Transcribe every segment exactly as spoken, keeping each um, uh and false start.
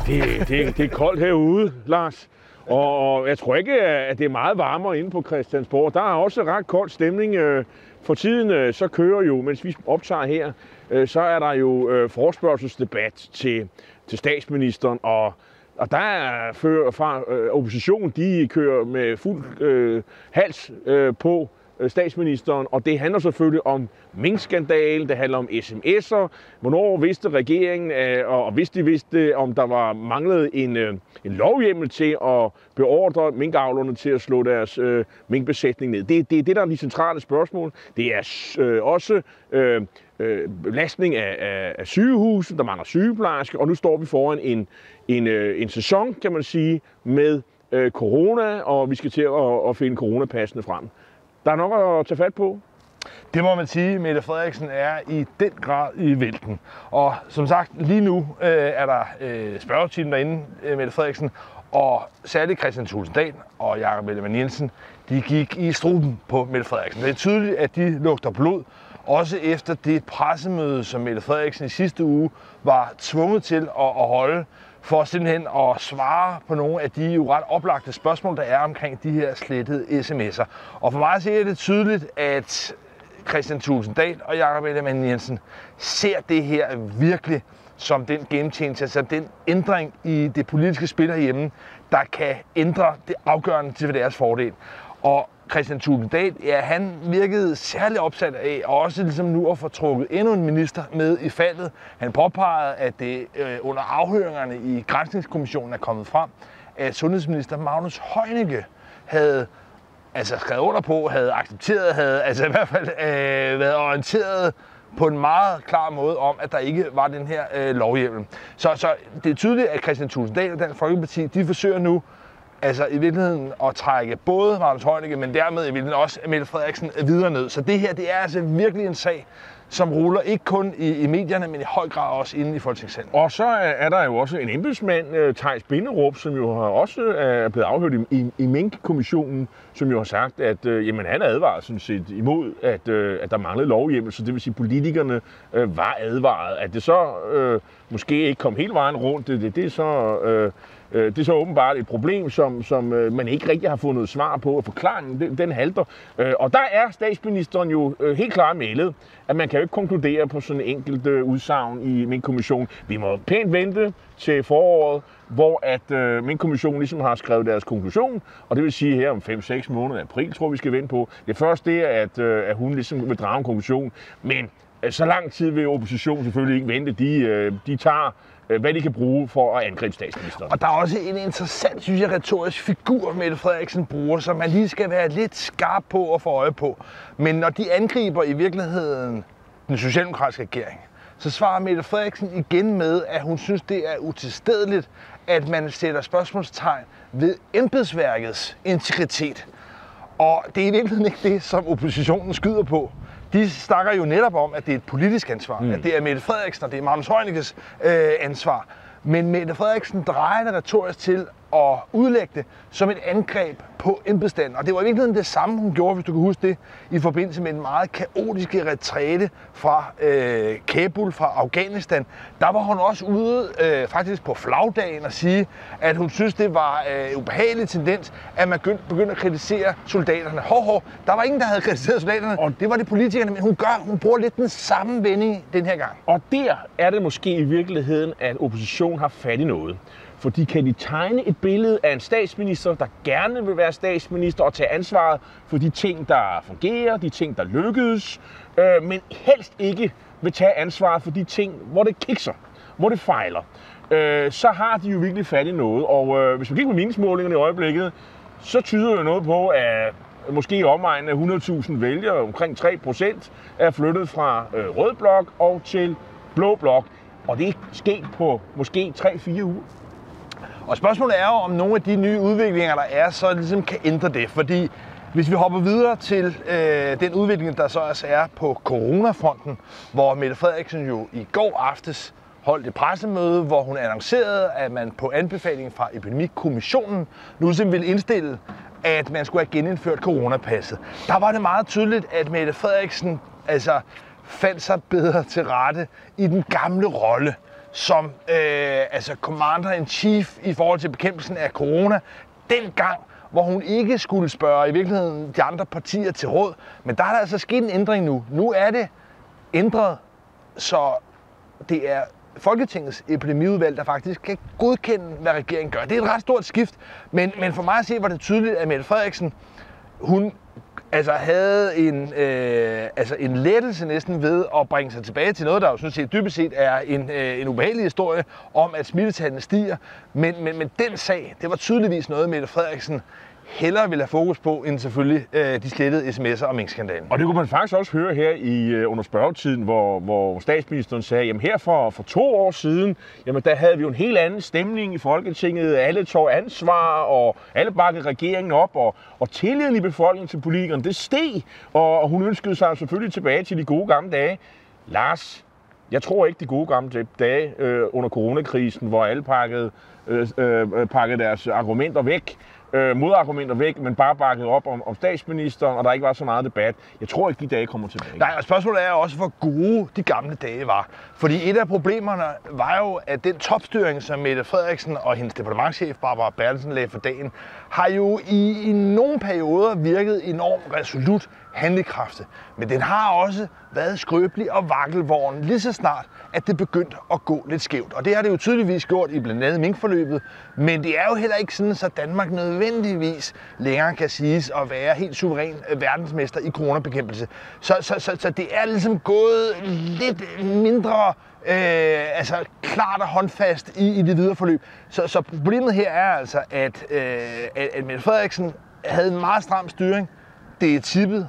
det, det, det er koldt herude, Lars. Og jeg tror ikke, at det er meget varmere inde på Christiansborg. Der er også ret kold stemning. For tiden så kører jo, mens vi optager her, så er der jo forespørgselsdebat til, til statsministeren. Og, og der er fra oppositionen, de kører med fuld øh, hals øh, på statsministeren, og det handler selvfølgelig om minkskandalen, det handler om sms'er, hvornår vidste regeringen, og hvis de vidste, om der var manglet en, en lovhjemmel til at beordre minkavlerne til at slå deres øh, minkbesætning ned. Det er det, det, der er de centrale spørgsmål. Det er øh, også øh, øh, belastning af, af, af sygehuset, der mangler sygeplejersker, og nu står vi foran en, en, øh, en sæson, kan man sige, med øh, corona, og vi skal til at, at finde coronapassene frem. Der er nok at tage fat på. Det må man sige. Mette Frederiksen er i den grad i vælten. Og som sagt, lige nu øh, er der øh, spørgetime derinde, øh, Mette Frederiksen, og særligt Kristian Thulesen Dahl og Jakob Ellemann-Jensen, de gik i struben på Mette Frederiksen. Det er tydeligt, at de lugter blod, også efter det pressemøde, som Mette Frederiksen i sidste uge var tvunget til at, at holde, for simpelthen at svare på nogle af de jo ret oplagte spørgsmål, der er omkring de her slettede sms'er. Og for mig at se er det tydeligt, at Kristian Thulesen Dahl og Jakob Ellemann-Jensen ser det her virkelig som den game changer, altså den ændring i det politiske spil herhjemme, der kan ændre det afgørende til deres fordel. Og Kristian Thulesen Dahl, ja, han virkede særlig opsat af også ligesom nu at få trukket endnu en minister med i faldet. Han påpegede, at det øh, under afhøringerne i Granskningskommissionen er kommet frem, at sundhedsminister Magnus Heunicke havde altså skrevet under på, havde accepteret, havde altså i hvert fald øh, været orienteret på en meget klar måde om, at der ikke var den her øh, lovhjemmel. Så, så det er tydeligt, at Kristian Thulesen Dahl og Dansk Folkeparti, de forsøger nu altså i virkeligheden at trække både Magnus Heunicke, men dermed i virkeligheden også Mette Frederiksen videre ned. Så det her, det er altså virkelig en sag, som ruller ikke kun i, i medierne, men i høj grad også inde i Folketingssalen. Og så er der jo også en embedsmand, Theis Binderup, som jo har også er blevet afhørt i, i, i Mink-kommissionen, som jo har sagt, at øh, jamen, han advaret sådan set imod, at, øh, at der manglede lovhjemmel, så det vil sige, at politikerne øh, var advaret. At det så øh, måske ikke kom hele vejen rundt, det, det, det er så... Øh, Det er så åbenbart et problem, som, som man ikke rigtig har fundet svar på, og forklaringen den, den halter. Og der er statsministeren jo helt klart meldet, at man kan jo ikke konkludere på sådan en enkelt udsagn i Mink-kommissionen. Vi må pænt vente til foråret, hvor at uh, Mink-kommissionen ligesom har skrevet deres konklusion, og det vil sige her om fem seks måneder, april tror vi skal vente på. Det første det er, at, uh, at hun ligesom vil drage en konklusion, men uh, så lang tid vil oppositionen selvfølgelig ikke vente. De, uh, de tager hvad de kan bruge for at angribe statsministeren. Og der er også en interessant, synes jeg, retorisk figur, Mette Frederiksen bruger, som man lige skal være lidt skarp på og få øje på. Men når de angriber i virkeligheden den socialdemokratiske regering, så svarer Mette Frederiksen igen med, at hun synes, det er utilstedeligt, at man sætter spørgsmålstegn ved embedsværkets integritet. Og det er i virkeligheden ikke det, som oppositionen skyder på. De snakker jo netop om, at det er et politisk ansvar, mm. at det er Mette Frederiksen og det er Magnus Heunickes øh, ansvar. Men Mette Frederiksen drejer det retorisk til at udlægge det som et angreb på embedsstanden. Og det var i virkeligheden det samme, hun gjorde, hvis du kan huske det, i forbindelse med en meget kaotiske retræte fra øh, Kabul, fra Afghanistan. Der var hun også ude øh, faktisk på flagdagen og sige, at hun synes, det var øh, ubehagelig tendens, at man begyndte at kritisere soldaterne. Hov, hov, der var ingen, der havde kritiseret soldaterne, og det var det politikerne, men hun gør, hun bruger lidt den samme vending den her gang. Og der er det måske i virkeligheden, at oppositionen har fat i noget. Fordi kan de tegne et billede af en statsminister, der gerne vil være statsminister og tage ansvaret for de ting, der fungerer, de ting, der lykkedes, øh, men helst ikke vil tage ansvaret for de ting, hvor det kikser, hvor det fejler, øh, så har de jo virkelig fat i noget. Og øh, hvis man kigger på meningsmålingerne i øjeblikket, så tyder jo noget på, at måske i omegnen af hundrede tusind vælgere, omkring tre procent, er flyttet fra øh, rød blok og til blå blok. Og det er sket på måske tre fire uger. Og spørgsmålet er jo, om nogle af de nye udviklinger, der er, så ligesom kan ændre det. Fordi hvis vi hopper videre til øh, den udvikling, der så også er på coronafronten, hvor Mette Frederiksen jo i går aftes holdt et pressemøde, hvor hun annoncerede, at man på anbefaling fra Epidemikommissionen nu simpelthen ville indstille, at man skulle have genindført coronapasset. Der var det meget tydeligt, at Mette Frederiksen altså fandt sig bedre til rette i den gamle rolle som øh, altså commander-in-chief i forhold til bekæmpelsen af corona, dengang, hvor hun ikke skulle spørge i virkeligheden de andre partier til råd. Men der er der altså sket en ændring nu. Nu er det ændret, så det er Folketingets epidemiudvalg, der faktisk kan godkende, hvad regeringen gør. Det er et ret stort skift, men, men for mig at se, var det tydeligt, at Mette Frederiksen, hun altså havde en, øh, altså en lettelse næsten ved at bringe sig tilbage til noget, der jo sådan set dybest set er en, øh, en ubehagelig historie om, at smittetallene stiger. Men, men, men den sag, det var tydeligvis noget, Mette Frederiksen hellere vil have fokus på, end selvfølgelig øh, de slettede sms'er og minkskandalen. Og det kunne man faktisk også høre her i uh, under spørgetiden, hvor, hvor statsministeren sagde, jamen her for, for to år siden, jamen der havde vi jo en helt anden stemning i Folketinget. Alle tog ansvar, og alle bakkede regeringen op, og, og tilliden i befolkningen til politikerne, det steg. Og, og hun ønskede sig selvfølgelig tilbage til de gode gamle dage. Lars, jeg tror ikke de gode gamle dage øh, under coronakrisen, hvor alle pakkede, øh, øh, pakkede deres argumenter væk, Øh, modargumenter væk, men bare bakket op om, om statsministeren, og der ikke var så meget debat. Jeg tror ikke, de dage kommer tilbage. Nej, og spørgsmålet er også, hvor gode de gamle dage var. Fordi et af problemerne var jo, at den topstyring, som Mette Frederiksen og hendes departementschef Barbara Bertelsen lagde for dagen, har jo i, i nogle perioder virket enormt resolut handlekraftig. Men den har også været skrøbelig og vakkelvogn lige så snart, at det begyndte at gå lidt skævt. Og det har det jo tydeligvis gjort i blandt andet minkforløbet, men det er jo heller ikke sådan, at Danmark nødvendigvis længere kan siges at være helt suveræn verdensmester i coronabekæmpelse. Så, så, så, så det er ligesom gået lidt mindre øh, altså klart og håndfast i, i det videre forløb. Så, så problemet her er altså, at, øh, at, at Mette Frederiksen havde en meget stram styring. Det er tippet,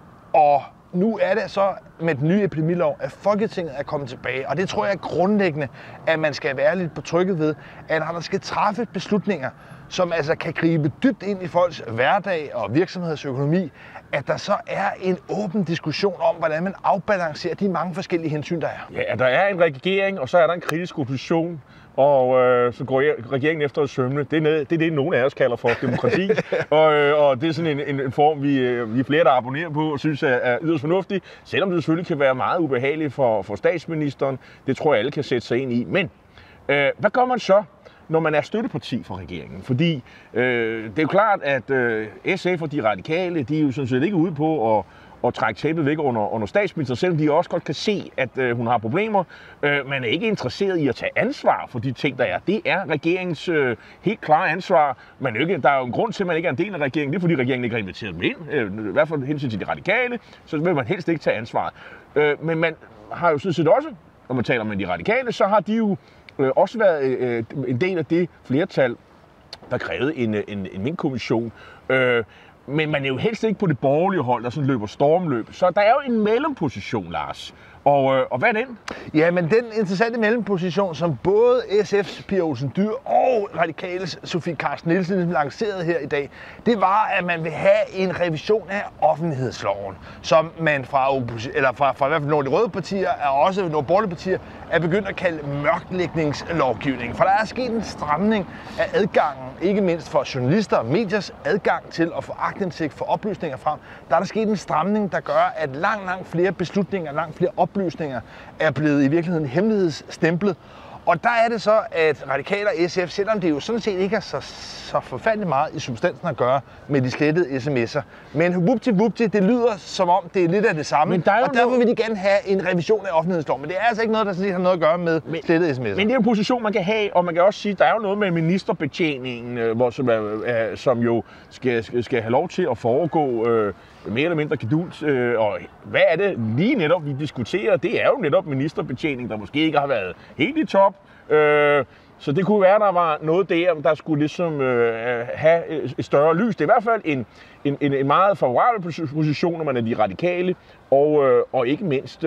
og nu er det så med den nye epidemilov, at Folketinget er kommet tilbage. Og det tror jeg er grundlæggende, at man skal være lidt betrygget ved, at når der skal træffe beslutninger, som altså kan gribe dybt ind i folks hverdag og virksomhedsøkonomi, at der så er en åben diskussion om, hvordan man afbalancerer de mange forskellige hensyn, der er. Ja, der er en regering, og så er der en kritisk opposition, og øh, så går regeringen efter at sømne. Det er, det er det, nogen af os kalder for demokrati, og, øh, og det er sådan en, en, en form, vi, vi er flere, der abonnerer på og synes er, er yderst fornuftig, selvom det selvfølgelig kan være meget ubehageligt for, for statsministeren. Det tror jeg, alle kan sætte sig ind i. Men øh, hvad gør man så, når man er støtteparti for regeringen? Fordi øh, det er jo klart, at øh, S F og de radikale, de er jo sådan set ikke ude på at og trække tæppet væk under, under statsministeren, selvom de også godt kan se, at øh, hun har problemer. Øh, man er ikke interesseret i at tage ansvar for de ting, der er. Det er regeringens øh, helt klare ansvar. Man er ikke, der er jo en grund til, at man ikke er en del af regeringen. Det er, fordi regeringen ikke har inviteret dem ind. Øh, I hvert fald hensyn til de radikale, så vil man helst ikke tage ansvaret. Øh, men man har jo sådan set også, når man taler med de radikale, så har de jo øh, også været øh, en del af det flertal, der krævede en, en, en minkkommission. Øh, Men man er jo helst ikke på det borgerlige hold, der sådan løber stormløb. Så der er jo en mellemposition, Lars. Og, øh, og hvad er den? Ja, men den interessante mellemposition, som både S F's Pia Olsen Dyhr og Radikales Sofie Carsten Nielsen lancerede her i dag, det var, at man vil have en revision af offentlighedsloven, som man fra, eller fra, fra i hvert fald nogle af de røde partier, og også nogle borgerlige partier, er begyndt at kalde mørklægningslovgivning. For der er sket en stramning af adgangen, ikke mindst for journalister og mediers adgang til at få aktindsigt for oplysninger frem. Der er der sket en stramning, der gør, at langt, langt flere beslutninger, langt flere oplysninger er blevet i virkeligheden hemmelighedsstemplet. Og der er det så, at Radikale og S F, selvom det jo sådan set ikke er så, så forfærdeligt meget i substansen at gøre med de slettede sms'er, men whoopty whoopty, det lyder som om, det er lidt af det samme, og derfor noget... vil de gerne have en revision af offentlighedsloven. Men det er altså ikke noget, der sådan set har noget at gøre med men, slettede sms'er. Men det er jo en position, man kan have, og man kan også sige, at der er jo noget med ministerbetjeningen, hvor, som, er, som jo skal, skal, skal have lov til at foregå øh, mere eller mindre gedult. Øh, og hvad er det lige netop, vi diskuterer? Det er jo netop ministerbetjening, der måske ikke har været helt i top. Øh, så det kunne være, der var noget der, der skulle ligesom øh, have et større lys. Det er i hvert fald en, en, en meget favorabel position, når man er de radikale, og, øh, og ikke mindst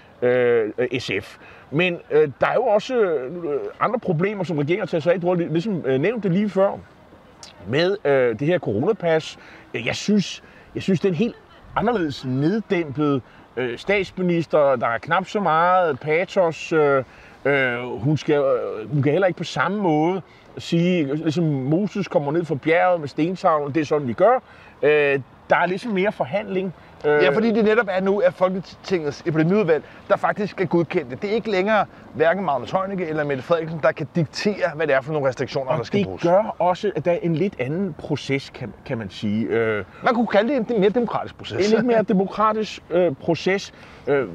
øh, S F. Men øh, der er jo også øh, andre problemer, som regeringen har taget sig af. Du har ligesom øh, nævnt det lige før med øh, det her coronapas. Jeg synes, jeg synes, det er en helt anderledes neddæmpet øh, statsminister. Der er knap så meget patos. Øh, øh, hun, skal, øh, hun kan heller ikke på samme måde sige, ligesom Moses kommer ned fra bjerget med stentavlen, det er sådan, vi gør. Øh, der er ligesom mere forhandling Ja, fordi det netop er nu, at Folketingets epidemiudvalg, der faktisk skal godkende det. Det er ikke længere hverken Magnus Heunicke eller Mette Frederiksen, der kan diktere, hvad det er for nogle restriktioner, og der skal bruges. det gør også, at der er en lidt anden proces, kan, kan man sige. Øh, man kunne kalde det en mere demokratisk proces. En lidt mere demokratisk øh, proces, øh,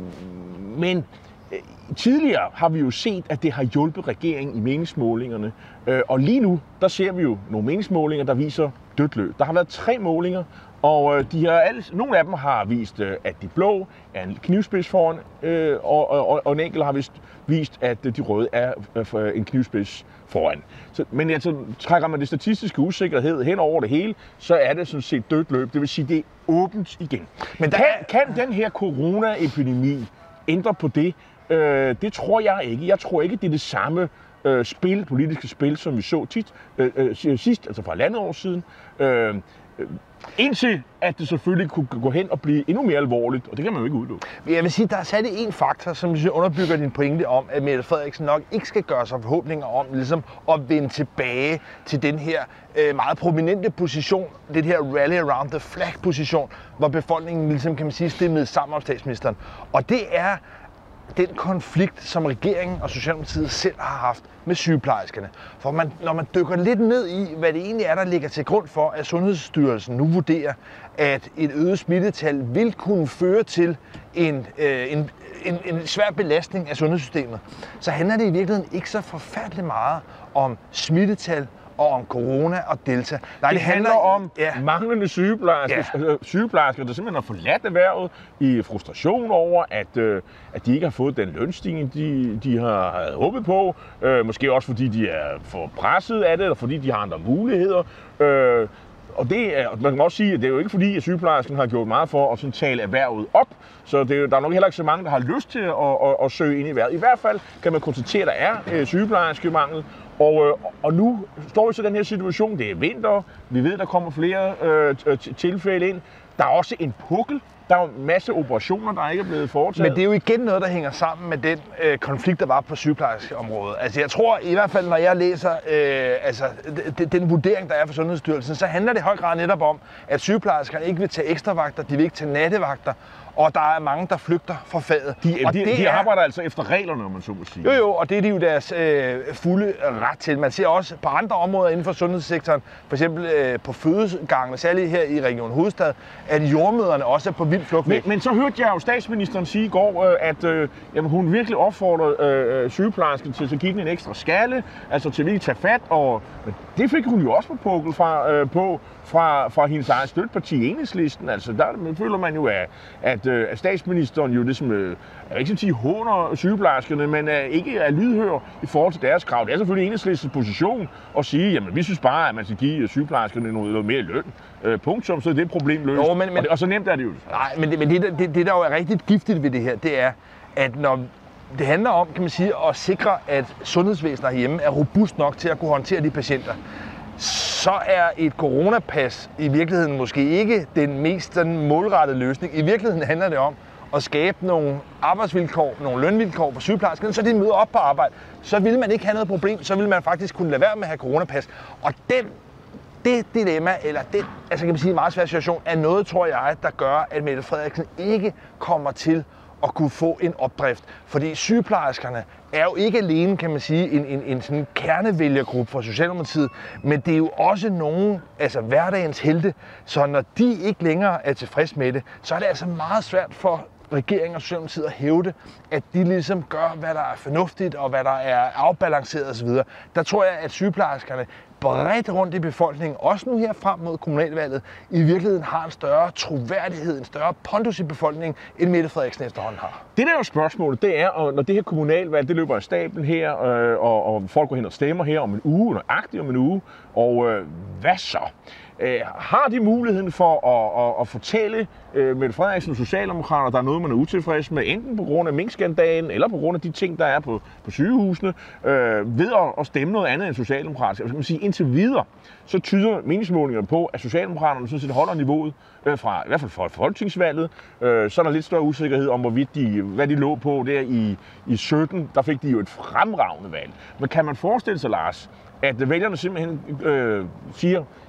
men øh, tidligere har vi jo set, at det har hjulpet regeringen i meningsmålingerne. Øh, og lige nu, der ser vi jo nogle meningsmålinger, der viser dødt løb. Der har været tre målinger, og øh, de har alle, nogle af dem har vist, øh, at de blå er en knivspids foran, øh, og, og, og en enkelt har vist, vist, at de røde er øh, en knivspids foran. Så, men altså, trækker man det statistiske usikkerhed hen over det hele, så er det sådan set dødt løb. Det vil sige, det er åbent igen. Men der kan, er... kan den her coronaepidemi ændre på det? Øh, det tror jeg ikke. Jeg tror ikke, det er det samme øh, spil, politiske spil, som vi så tit, øh, øh, sidst, altså for halvandet år siden. Øh, øh, Indtil at det selvfølgelig kunne gå hen og blive endnu mere alvorligt, og det kan man jo ikke udelukke. Jeg vil sige, der er sat en faktor, som underbygger din pointe om, at Mette Frederiksen nok ikke skal gøre sig forhåbninger om ligesom at vende tilbage til den her øh, meget prominente position, det her rally around the flag position, hvor befolkningen ligesom, kan man sige, stemmede sammen om statsministeren. Og det er den konflikt, som regeringen og Socialdemokratiet selv har haft med sygeplejerskerne. For man, når man dykker lidt ned i, hvad det egentlig er, der ligger til grund for, at Sundhedsstyrelsen nu vurderer, at et øget smittetal vil kunne føre til en, øh, en, en, en svær belastning af sundhedssystemet, så handler det i virkeligheden ikke så forfærdeligt meget om smittetal og om corona og delta. Nej, det, det handler om ja. manglende sygeplejersker, ja. sygeplejersker, der simpelthen har forladt erhvervet i frustration over, at, øh, at de ikke har fået den lønstigning, de, de har håbet på. Øh, måske også fordi de er for presset af det, eller fordi de har andre muligheder. Øh, Og det er, man kan også sige, at det er jo ikke fordi, at sygeplejersken har gjort meget for at sådan tale erhvervet op. Så det er, der er nok heller ikke så mange, der har lyst til at, at, at søge ind i erhvervet. I hvert fald kan man konstatere, at der er øh, sygeplejerskemangel. Og, øh, og nu står vi så i den her situation. Det er vinter. Vi ved, der kommer flere øh, tilfælde ind. Der er også en pukkel. Der er en masse operationer, der ikke er blevet foretaget. Men det er jo igen noget, der hænger sammen med den øh, konflikt, der var på sygeplejerskeområdet. Altså jeg tror i hvert fald, når jeg læser øh, altså, d- den vurdering, der er for Sundhedsstyrelsen, så handler det i høj grad netop om, at sygeplejerskerne ikke vil tage ekstra vagter, de vil ikke tage nattevagter, og der er mange, der flygter fra faget. De, og de, det de er... arbejder altså efter reglerne, om man så må sige. Jo jo, og det er de jo deres øh, fulde ret til. Man ser også på andre områder inden for sundhedssektoren, for eksempel øh, på fødegangene, særligt her i Region Hovedstad, at jordmøderne også er på vild flugt væk. Men, men så hørte jeg jo statsministeren sige i går, øh, at øh, jamen, hun virkelig opfordrede øh, sygeplejersken til at give den en ekstra skalle, altså til at tage fat, og men det fik hun jo også på pukkel fra, øh, på fra, fra hendes eget støtteparti, Enhedslisten. Altså der føler man jo, at, at, at statsministeren jo ligesom, øh, jeg vil ikke sige håner sygeplejerskerne, men er, ikke er lydhør i forhold til deres krav. Det er selvfølgelig Enhedslistens position at sige, jamen vi synes bare, at man skal give sygeplejerskerne noget, noget mere løn. Øh, punktum, så er det problem løst. Jo, men, men, og, det, og så nemt er det jo. Nej, men det, men det, det, det der jo er rigtig giftigt ved det her, det er, at når det handler om, kan man sige, at sikre, at sundhedsvæsenet herhjemme er robust nok til at kunne håndtere de patienter, så er et coronapas i virkeligheden måske ikke den mest den målrettede løsning. I virkeligheden handler det om at skabe nogle arbejdsvilkår, nogle lønvilkår for sygeplejerskerne, så de møder op på arbejde. Så ville man ikke have noget problem, så ville man faktisk kunne lade være med at have coronapas. Og den, det dilemma, eller den, altså kan man sige, meget svær situation, er noget, tror jeg, der gør, at Mette Frederiksen ikke kommer til at kunne få en opdrift. Fordi sygeplejerskerne er jo ikke alene, kan man sige, en, en, en sådan kernevælgergruppe for Socialdemokratiet, men det er jo også nogle, altså hverdagens helte, så når de ikke længere er tilfreds med det, så er det altså meget svært for regeringen og Socialdemokratiet at hævde, at de ligesom gør, hvad der er fornuftigt og hvad der er afbalanceret osv. Der tror jeg, at sygeplejerskerne bredt rundt i befolkningen, også nu her frem mod kommunalvalget, i virkeligheden har en større troværdighed, en større pondus i befolkningen, end Mette Frederiksen efterhånden har. Det der er jo spørgsmålet, det er, og når det her kommunalvalg, det løber af stablen her, øh, og, og folk går hen og stemmer her om en uge, nøjagtigt om en uge, og øh, hvad så? Øh, har de muligheden for at, at, at fortælle øh, Mette Frederiksen og Socialdemokrater, der er noget, man er utilfreds med, enten på grund af minkskandalen, eller på grund af de ting, der er på, på sygehusene, øh, ved at, at stemme noget andet end Socialdemokrater? Så kan man sige, indtil videre, så tyder meningsmålingerne på, at Socialdemokraterne sådan set holder niveauet øh, fra, i hvert fald fra folketingsvalget. Øh, så er der lidt større usikkerhed om, hvorvidt de, hvad de lå på der i, i sytten. Der fik de jo et fremragende valg. Men kan man forestille sig, Lars, at vælgerne simpelthen øh, siger,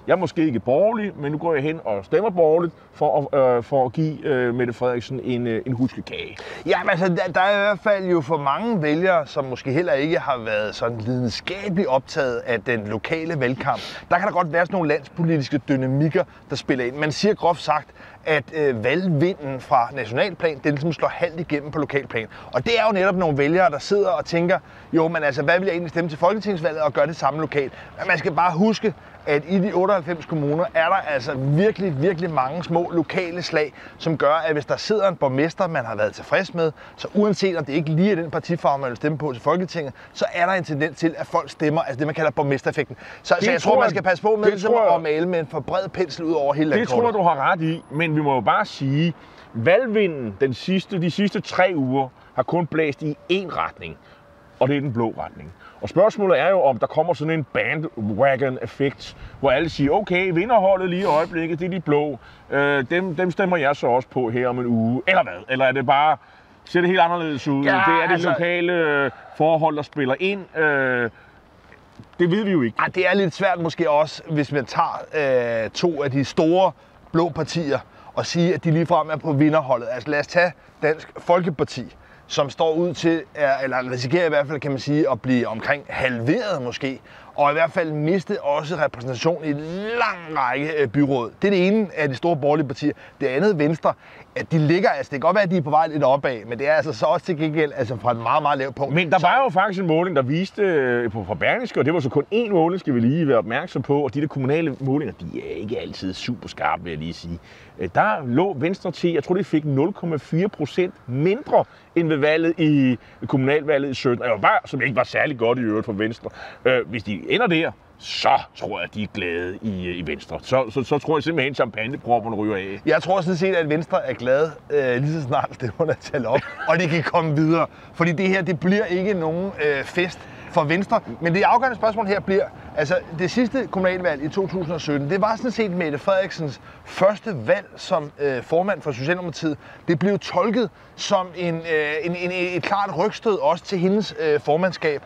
jeg er måske ikke borgerlig, men nu går jeg hen og stemmer borgerligt for at, øh, for at give øh, Mette Frederiksen en, øh, en huskekage. Ja, men altså, der, der er i hvert fald jo for mange vælgere, som måske heller ikke har været sådan lidenskabeligt optaget af den lokale valgkamp. Der kan der godt være sådan nogle landspolitiske dynamikker, der spiller ind. Man siger groft sagt, at øh, valgvinden fra nationalplan, det ligesom slår halvt igennem på lokalplan. Og det er jo netop nogle vælgere, der sidder og tænker, jo, men altså, hvad vil jeg egentlig stemme til folketingsvalget og gøre det samme lokalt? Men man skal bare huske, at i de otteoghalvfems kommuner er der altså virkelig, virkelig mange små lokale slag, som gør, at hvis der sidder en borgmester, man har været tilfreds med, så uanset om det ikke lige er den partifarve, man vil stemme på til Folketinget, så er der en tendens til, at folk stemmer, altså det man kalder borgmestereffekten. Så, så jeg tror, man skal passe på med ligesom at male med en for bred pensel ud over hele landet. Det tror jeg, du har ret i, men vi må jo bare sige, valgvinden den sidste, de sidste tre uger har kun blæst i én retning, og det er den blå retning. Og spørgsmålet er jo, om der kommer sådan en bandwagon-effekt, hvor alle siger, okay, vinderholdet lige i øjeblikket, det er de blå. Øh, dem, dem stemmer jeg så også på her om en uge. Eller hvad? Eller er det bare, ser det helt anderledes ud? Ja, det er det altså lokale øh, forhold, der spiller ind. Øh, det ved vi jo ikke. Ja, det er lidt svært måske også, hvis man tager øh, to af de store blå partier og sige, at de ligefrem er på vinderholdet. Altså lad os tage Dansk Folkeparti, som står ud til, eller risikerer i hvert fald, kan man sige, at blive omkring halveret måske, og i hvert fald miste også repræsentation i en lang række byråd. Det er det ene af de store borgerlige partier. Det andet, Venstre, at de ligger, altså det kan godt være, at de er på vej lidt opad, men det er altså så også til gengæld altså fra et meget, meget lavt punkt. Men der var jo faktisk en måling, der viste på fra Berlingske, og det var så kun én måling, skal vi lige være opmærksom på, og de der kommunale målinger, de er ikke altid super skarpe, vil jeg lige sige. Der lå Venstre til, jeg tror, de fik nul komma fire procent mindre end ved valget i kommunalvalget i sytten. Og bare, som ikke var særlig godt i øvrigt for Venstre. Hvis de ender der, så tror jeg, de er glade i, i Venstre. Så, så, så tror jeg simpelthen, at champagnepropperne ryger af. Jeg tror sådan set, at Venstre er glade øh, lige så snart stemmerne er talt op, og de kan komme videre. Fordi det her, det bliver ikke nogen øh, fest for Venstre. Men det afgørende spørgsmål her bliver, altså det sidste kommunalvalg i to tusind og sytten, det var sådan set Mette Frederiksens første valg som øh, formand for Socialdemokratiet. Det blev tolket som en, øh, en, en, et klart rygstød også til hendes øh, formandskab.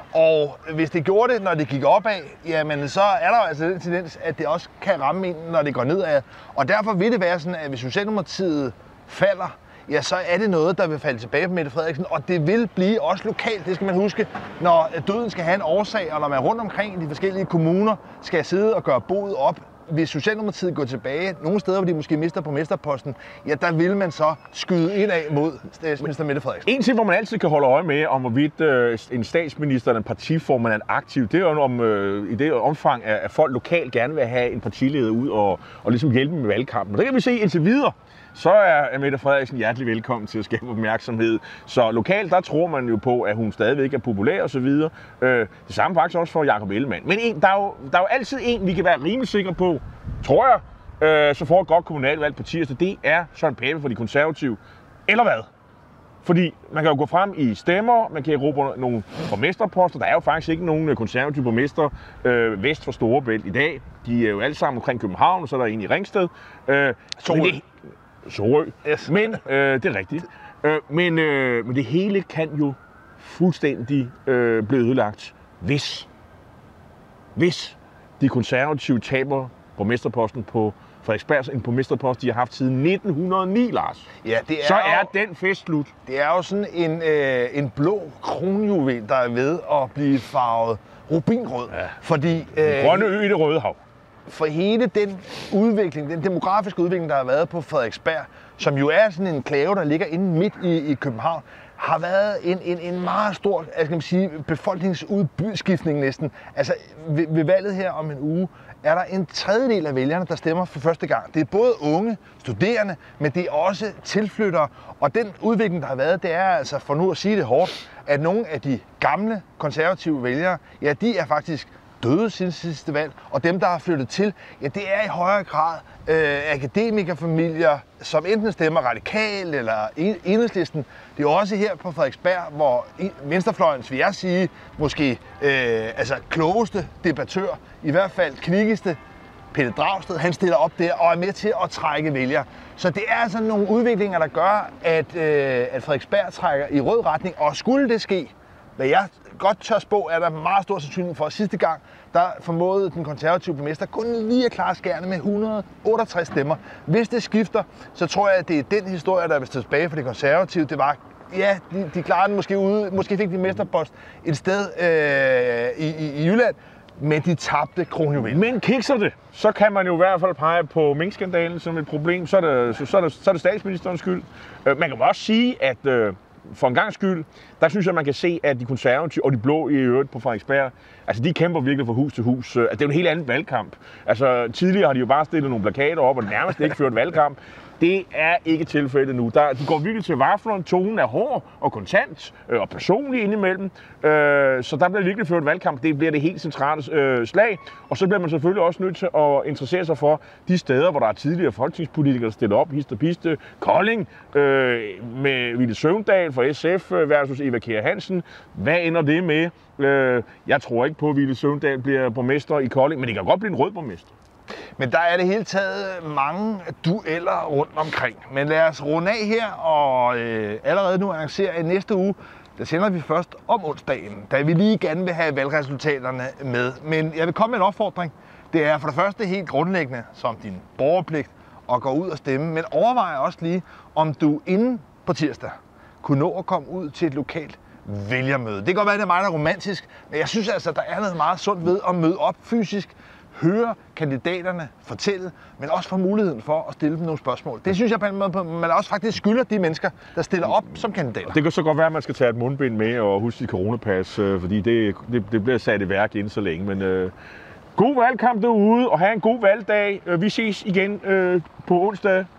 Og hvis det gjorde det, når det gik opad, jamen så er der jo altså den tendens, at det også kan ramme ind, når det går nedad. Og derfor vil det være sådan, at hvis Socialdemokratiet falder, ja, så er det noget, der vil falde tilbage på Mette Frederiksen. Og det vil blive også lokalt, det skal man huske, når døden skal have en årsag, og når man rundt omkring i de forskellige kommuner skal sidde og gøre boet op. Hvis Socialdemokratiet går tilbage, nogle steder, hvor de måske mister på mesterposten, ja, der vil man så skyde indad mod statsminister Mette Frederiksen. En ting, hvor man altid kan holde øje med, om hvorvidt øh, en statsminister eller en partiformand er aktiv, det er jo om, øh, i det omfang, at, at folk lokalt gerne vil have en partileder ud og, og ligesom hjælpe med valgkampen. Og det kan vi se indtil videre. Så er Mette Frederiksen hjertelig velkommen til at skabe opmærksomhed. Så lokalt, der tror man jo på, at hun stadigvæk er populær og så videre. Øh, det samme faktisk også for Jakob Ellemann. Men en, der, er jo, der er jo altid en, vi kan være rimelig sikre på, tror jeg, øh, så får et godt kommunalvalg på tirsdag. Det er Søren Pape for de konservative. Eller hvad? Fordi man kan jo gå frem i stemmer, man kan erobre nogle borgmesterposter. Der er jo faktisk ikke nogen konservative borgmester øh, vest for Storebælt i dag. De er jo alle sammen omkring København, og så er der en i Ringsted. Øh, Sorø. Sorø. Yes. Men, øh, det er rigtigt. Øh, men, øh, men det hele kan jo fuldstændig øh, blive ødelagt, hvis, hvis de konservative taber borgmesterposten på Frederiksberg, en borgmesterpost, de har haft siden nitten hundrede og ni, Lars. Ja, det er så er jo, den fest slut. Det er jo sådan en, øh, en blå kronjuvel, der er ved at blive farvet rubinrød. Ja. Fordi, øh, grønne ø i det røde hav. For hele den udvikling, den demografiske udvikling, der har været på Frederiksberg, som jo er sådan en klave, der ligger inde midt i, i København, har været en, en, en meget stor, altså kan man sige, befolkningsudskiftning næsten. Altså ved, ved valget her om en uge, er der en tredjedel af vælgerne, der stemmer for første gang. Det er både unge, studerende, men det er også tilflyttere. Og den udvikling, der har været, det er altså, for nu at sige det hårdt, at nogle af de gamle konservative vælgere, ja, de er faktisk døde siden sidste valg, og dem, der har flyttet til, ja, det er i højere grad øh, akademikerfamilier, som enten stemmer radikalt eller Enhedslisten. Det er også her på Frederiksberg, hvor venstrefløjens, vil jeg sige, måske øh, altså klogeste debattør, i hvert fald kvikkeste, Pelle Dragsted, han stiller op der og er med til at trække vælgere. Så det er altså nogle udviklinger, der gør, at, øh, at Frederiksberg trækker i rød retning, og skulle det ske, Hvad jeg godt tør spå, er der meget stor sandsynlighed for, at sidste gang, der formåede den konservative borgmester kun lige at klare skærene med et hundrede og otteogtres stemmer. Hvis det skifter, så tror jeg, at det er den historie, der vil stå tilbage for de konservative. Det var, ja, de, de klarede den måske ude, måske fik de mesterpost et sted øh, i, i, i Jylland, men de tabte kronjuvelen. Men kikser det, så kan man jo i hvert fald pege på minkskandalen som et problem. Så er det, så, så er det, så er det statsministerens skyld. Man kan også sige, at øh, for en gang skyld, der synes jeg, man kan se, at de konservative og de blå i øvrigt på Frederiksberg, altså de kæmper virkelig fra hus til hus. Det er jo en helt anden valgkamp. Altså tidligere har de jo bare stillet nogle plakater op og nærmest ikke ført valgkamp. Det er ikke tilfældet nu. Der, de går virkelig til vaflerne. Tonen er hård og kontant øh, og personlig indimellem. Øh, så der bliver virkelig ført valgkamp. Det bliver det helt centrale øh, slag. Og så bliver man selvfølgelig også nødt til at interessere sig for de steder, hvor der er tidligere folketingspolitikere, der stiller op, hist og piste. Kolding øh, med Villy Søvndal fra S F versus Eva Kjer Hansen. Hvad ender det med? Øh, jeg tror ikke på, at Villy Søvndal bliver borgmester i Kolding, men det kan godt blive en rød borgmester. Men der er det hele taget mange dueller rundt omkring. Men lad os runde af her, og øh, allerede nu annoncerer i næste uge, der sender vi først om onsdagen, da vi lige gerne vil have valgresultaterne med. Men jeg vil komme med en opfordring. Det er for det første helt grundlæggende som din borgerpligt at gå ud og stemme, men overvej også lige, om du inden på tirsdag kunne nå at komme ud til et lokalt vælgermøde. Det kan godt være, det er meget der er romantisk, men jeg synes altså, der er noget meget sundt ved at møde op fysisk, høre kandidaterne fortælle, men også få muligheden for at stille dem nogle spørgsmål. Det synes jeg på en måde, man også faktisk skylder de mennesker, der stiller op som kandidater. Det kan så godt være, at man skal tage et mundbind med og huske sit coronapas, fordi det, det, det bliver sat i værk inden så længe. Men øh, god valgkamp derude, og have en god valgdag. Vi ses igen øh, på onsdag.